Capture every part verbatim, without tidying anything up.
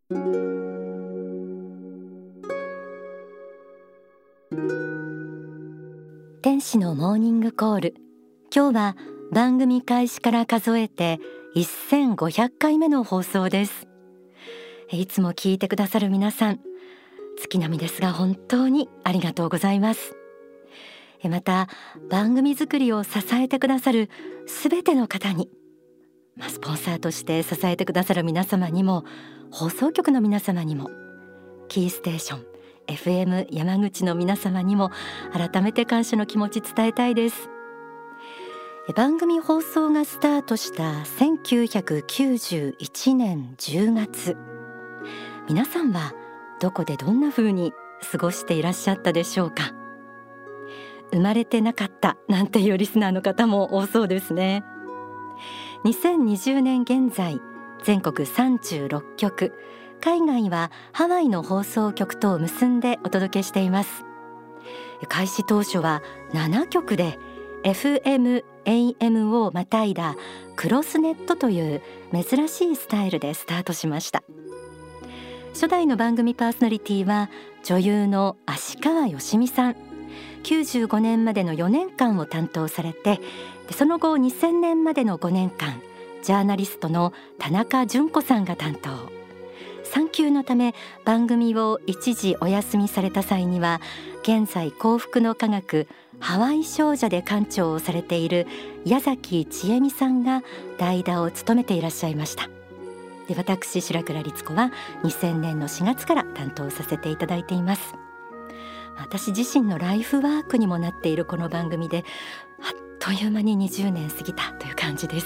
天使のモーニングコール。今日は番組開始から数えてせんごひゃっかいめの放送です。いつも聞いてくださる皆さん、月並みですが本当にありがとうございます。また番組作りを支えてくださるすべての方に、スポンサーとして支えてくださる皆様にも、放送局の皆様にも、キーステーション エフエム 山口の皆様にも改めて感謝の気持ち伝えたいです。番組放送がスタートしたせんきゅうひゃくきゅうじゅういちねんじゅうがつ、皆さんはどこでどんな風に過ごしていらっしゃったでしょうか。生まれてなかったなんていうリスナーの方も多そうですね。にせんにじゅうねん現在、全国さんじゅうろっきょく、海外はハワイの放送局と結んでお届けしています。開始当初はななきょくで エフエム、エーエム をまたいだクロスネットという珍しいスタイルでスタートしました。初代の番組パーソナリティは女優の芦川よしみさん。きゅうじゅうごねんまでのよねんかんを担当されて、その後にせんねんまでのごねんかん、ジャーナリストの田中純子さんが担当。産休のため番組を一時お休みされた際には、現在幸福の科学ハワイ少女で館長をされている矢崎千恵美さんが代打を務めていらっしゃいました。で、私白倉律子はにせんねんのしがつから担当させていただいています。私自身のライフワークにもなっているこの番組で、あっという間ににじゅうねん過ぎたという感じです。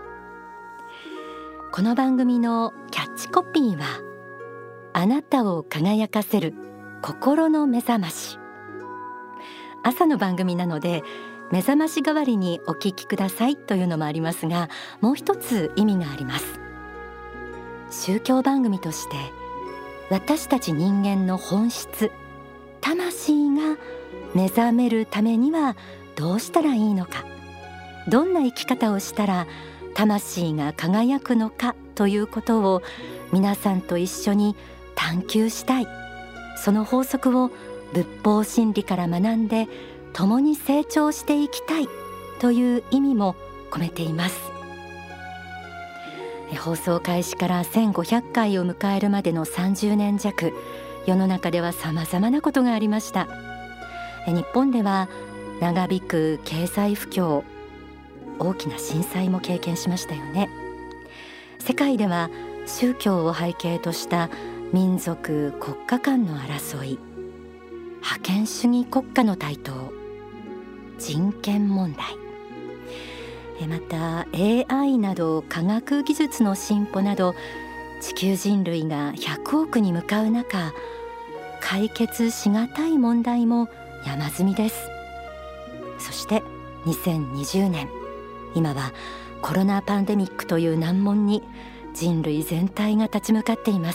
この番組のキャッチコピーは、あなたを輝かせる心の目覚まし。朝の番組なので目覚まし代わりにお聞きくださいというのもありますが、もう一つ意味があります。宗教番組として私たち人間の本質、魂が目覚めるためにはどうしたらいいのか、どんな生き方をしたら魂が輝くのかということを皆さんと一緒に探求したい。その法則を仏法真理から学んで共に成長していきたいという意味も込めています。放送開始からせんごひゃっかいを迎えるまでのさんじゅうねん弱、世の中では様々なことがありました。日本では長引く経済不況、大きな震災も経験しましたよね。世界では宗教を背景とした民族国家間の争い、覇権主義国家の台頭、人権問題、また エーアイ など科学技術の進歩など、地球人類がひゃくおくに向かう中、解決しがたい問題も山積みです。そしてにせんにじゅうねん、今はコロナパンデミックという難問に人類全体が立ち向かっています。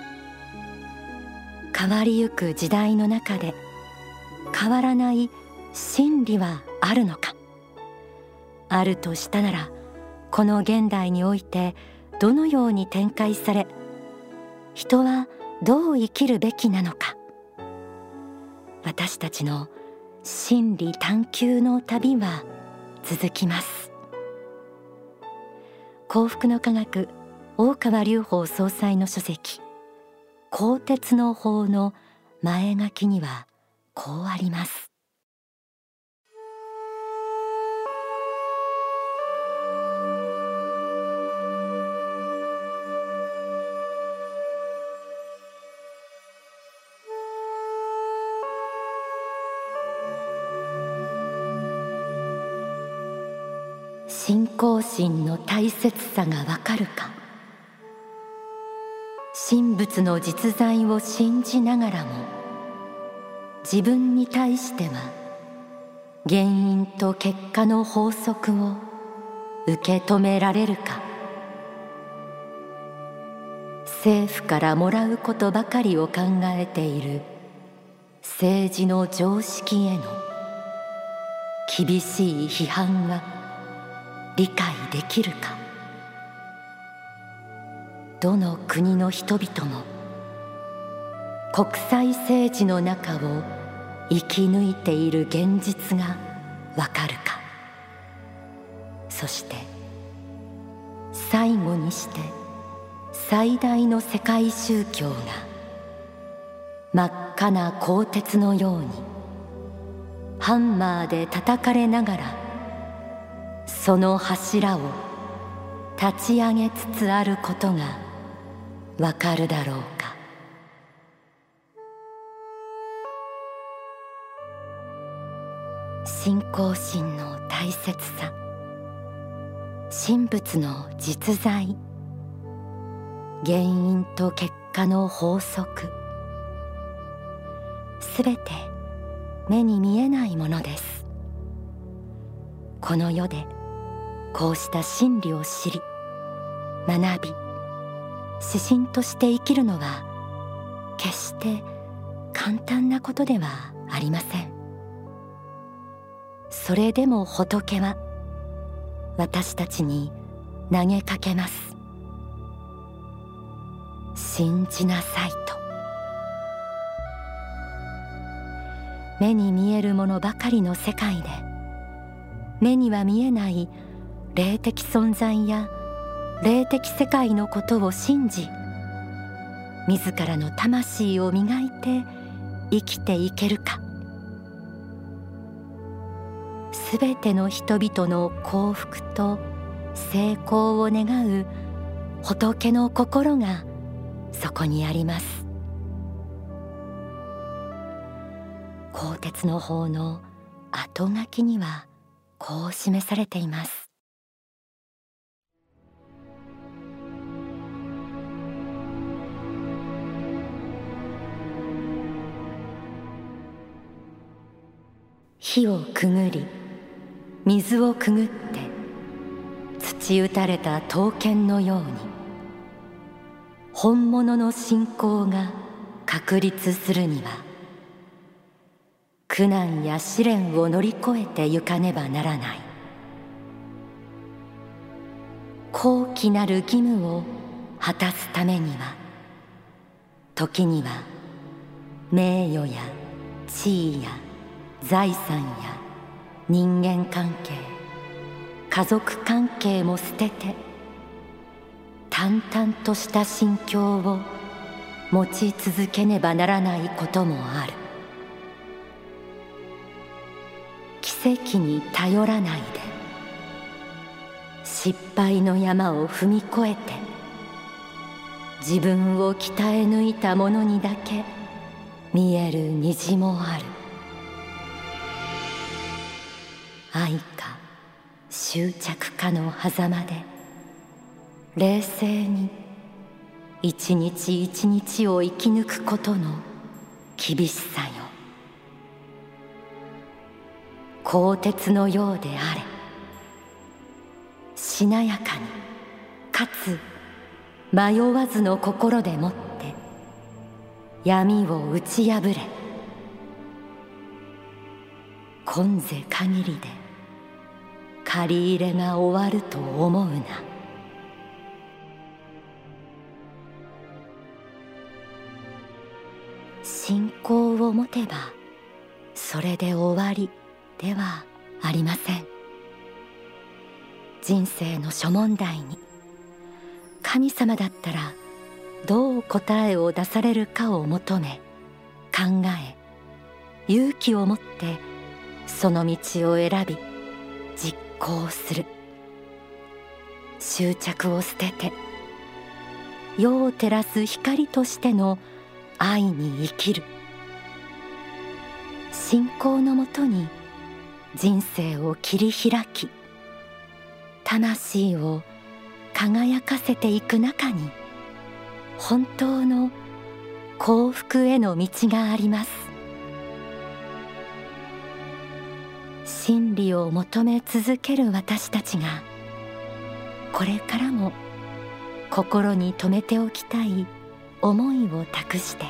変わりゆく時代の中で変わらない真理はあるのか。あるとしたなら、この現代においてどのように展開され、人はどう生きるべきなのか。私たちの真理探求の旅は続きます。幸福の科学大川隆法総裁の書籍、鋼鉄の法の前書きにはこうあります。信仰心の大切さがわかるか。神仏の実在を信じながらも、自分に対しては原因と結果の法則を受け止められるか。政府からもらうことばかりを考えている政治の常識への厳しい批判は理解できるか。 どの国の人々も国際政治の中を生き抜いている現実がわかるか。そして最後にして最大の世界宗教が真っ赤な鋼鉄のようにハンマーで叩かれながらその柱を立ち上げつつあることがわかるだろうか。信仰心の大切さ、神仏の実在、原因と結果の法則、すべて目に見えないものです。この世でこうした真理を知り学び指針として生きるのは決して簡単なことではありません。それでも仏は私たちに投げかけます。信じなさいと。目に見えるものばかりの世界で目には見えない霊的存在や霊的世界のことを信じ、自らの魂を磨いて生きていけるか。すべての人々の幸福と成功を願う仏の心がそこにあります。鋼鉄の法の後書きにはこう示されています。火をくぐり水をくぐって土打たれた刀剣のように本物の信仰が確立するには苦難や試練を乗り越えてゆかねばならない。高貴なる義務を果たすためには時には名誉や地位や財産や人間関係、家族関係も捨てて淡々とした心境を持ち続けねばならないこともある。奇跡に頼らないで失敗の山を踏み越えて自分を鍛え抜いた者にだけ見える虹もある。愛か執着かの狭間で冷静に一日一日を生き抜くことの厳しさよ。鋼鉄のようであれ、しなやかにかつ迷わずの心でもって闇を打ち破れ。今世限りで借り入れが終わると思うな。信仰を持てばそれで終わりではありません。人生の諸問題に神様だったらどう答えを出されるかを求め考え勇気を持ってその道を選び実行する。執着を捨てて世を照らす光としての愛に生きる。信仰のもとに人生を切り開き魂を輝かせていく中に本当の幸福への道があります。真理を求め続ける私たちがこれからも心に留めておきたい思いを託して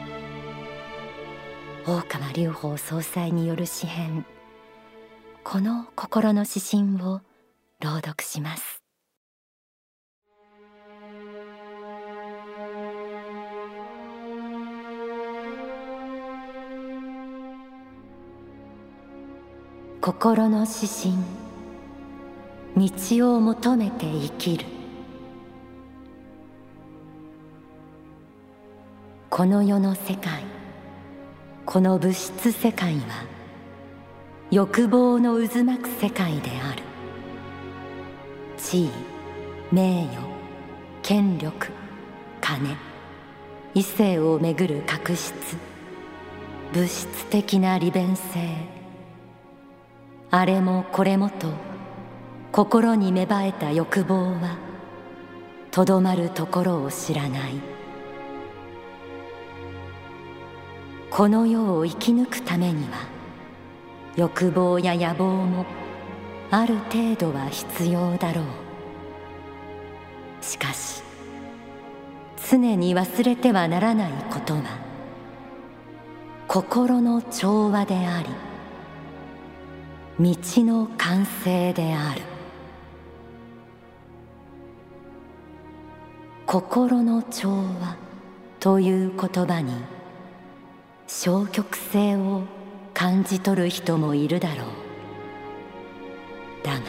大川隆法総裁による詩編この心の指針を朗読します。 心の指針、道を求めて生きる。この世の世界、この物質世界は欲望の渦巻く世界である。地位、名誉、権力、金、異性をめぐる確執、物質的な利便性、あれもこれもと心に芽生えた欲望はとどまるところを知らない。この世を生き抜くためには欲望や野望もある程度は必要だろう。しかし常に忘れてはならないことは心の調和であり、道の完成である。心の調和という言葉に消極性を感じ取る人もいるだろう。だが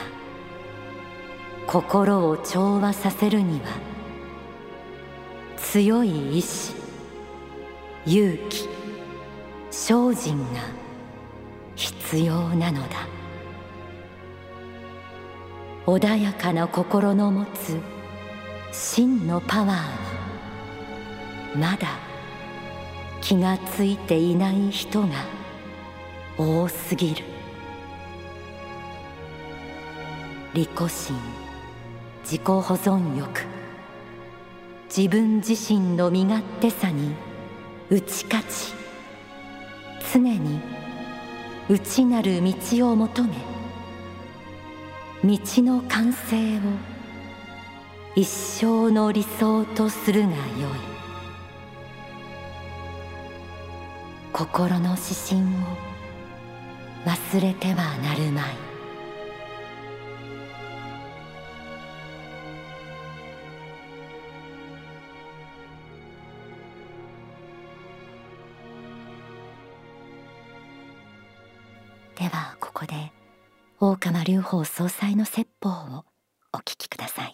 心を調和させるには強い意志、勇気、精進が必要なのだ。穏やかな心の持つ真のパワーにまだ気がついていない人が多すぎる。利己心、自己保存欲、自分自身の身勝手さに打ち勝ち、常に内なる道を求め、道の完成を一生の理想とするがよい。心の指針を忘れてはなるまい。ではここで大釜隆法総裁の説法をお聞きください。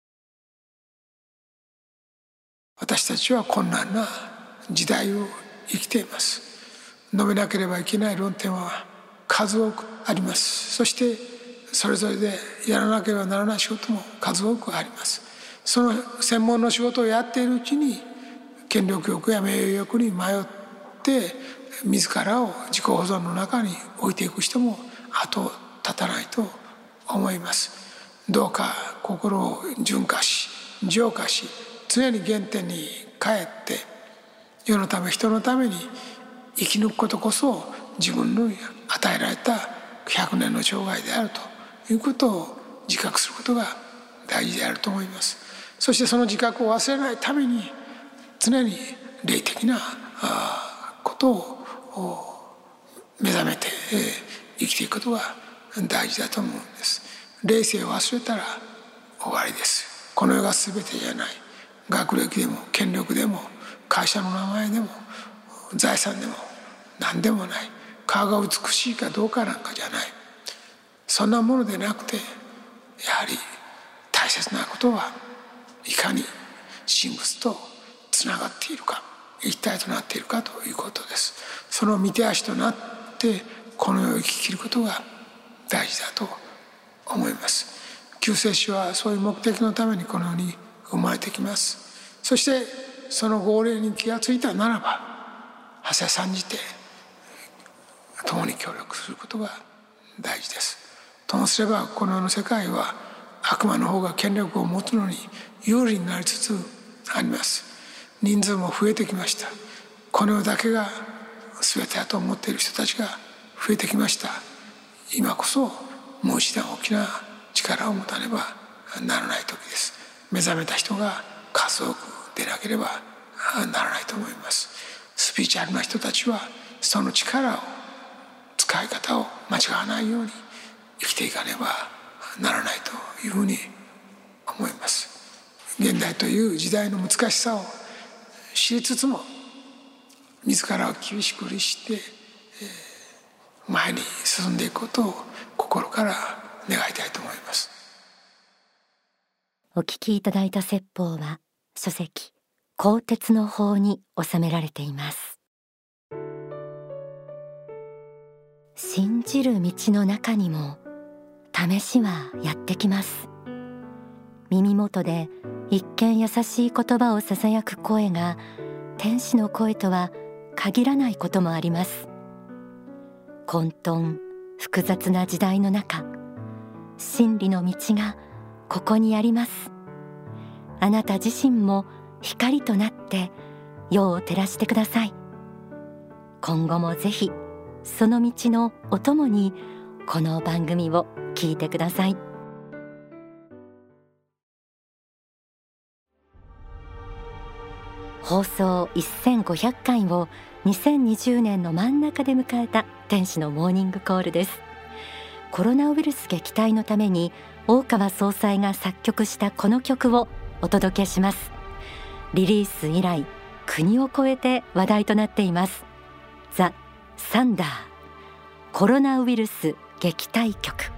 私たちは困難な時代を生きています。述べなければいけない論点は数多くあります。そしてそれぞれでやらなければならない仕事も数多くあります。その専門の仕事をやっているうちに権力欲や名誉欲に迷って自らを自己保存の中に置いていく人も後を絶たないと思います。どうか心を純化し浄化し、常に原点に帰って世のため人のために生き抜くことこそ自分の与えられたひゃくねんの生涯であるということを自覚することが大事であると思います。そしてその自覚を忘れないために常に霊的なことを目覚めて生きていくことが大事だと思うんです。霊性を忘れたら終わりです。この世が全てじゃない。学歴でも権力でも会社の名前でも財産でも何でもない。顔が美しいかどうかなんかじゃない。そんなものでなくて、やはり大切なことはいかに神仏とつながっているか、一体となっているかということです。その御手足となってこの世を生き切ることが大事だと思います。救世主はそういう目的のためにこの世に生まれてきます。そしてその号令に気がついたならばはせ参じて共に協力することが大事です。ともすればこの世の世界は悪魔の方が権力を持つのに有利になりつつあります。人数も増えてきました。この世だけが全てだと思っている人たちが増えてきました。今こそもう一段大きな力を持たねばならない時です。目覚めた人が数多く出なければならないと思います。スピリチュアルな人たちはその力を使い方を間違わないように生きていかねばならないというふうに思います。現代という時代の難しさを知りつつも自らを厳しく律して、え前に進んでいくことを心から願いたいと思います。 お聞きいただいた説法は書籍鋼鉄の法に収められています。信じる道の中にも試しはやってきます。耳元で一見優しい言葉をささやく声が天使の声とは限らないこともあります。混沌複雑な時代の中、真理の道がここにあります。あなた自身も光となって世を照らしてください。今後もぜひその道のお供にこの番組を聞いてください。放送せんごひゃっかいをにせんにじゅうねんの真ん中で迎えた天使のモーニングコールです。コロナウイルス撃退のために大川総裁が作曲したこの曲をお届けします。リリース以来国を越えて話題となっています。ザ・サンダーコロナウイルス撃退曲。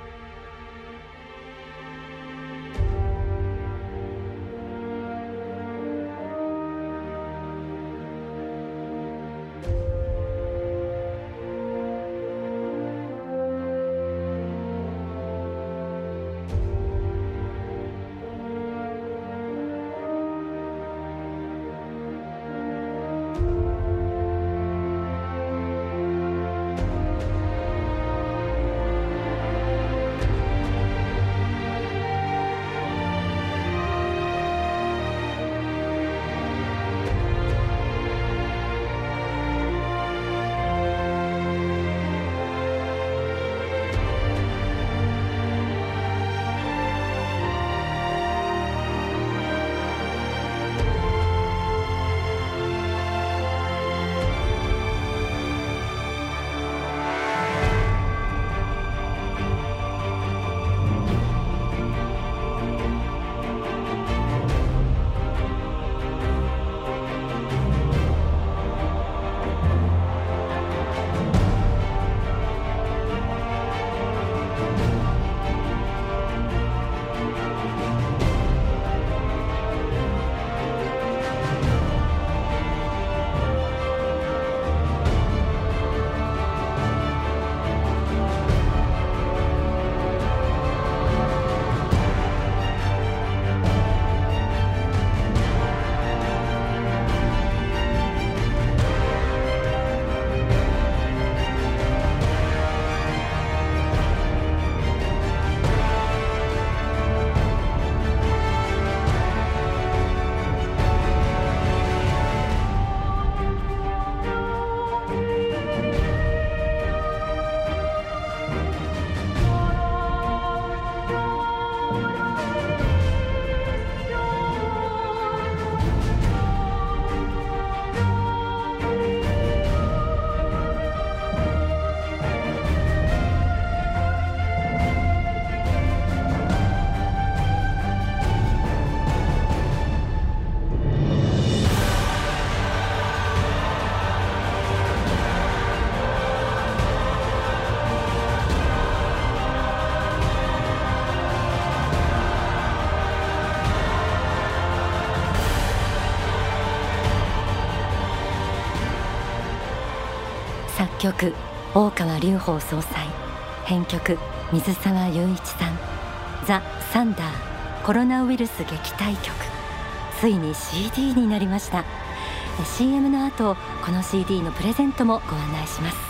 作曲大川隆法総裁、編曲水沢雄一さん。ザ・サンダーコロナウイルス撃退曲、ついに シーディー になりました。 シーエム の後この シーディー のプレゼントもご案内します。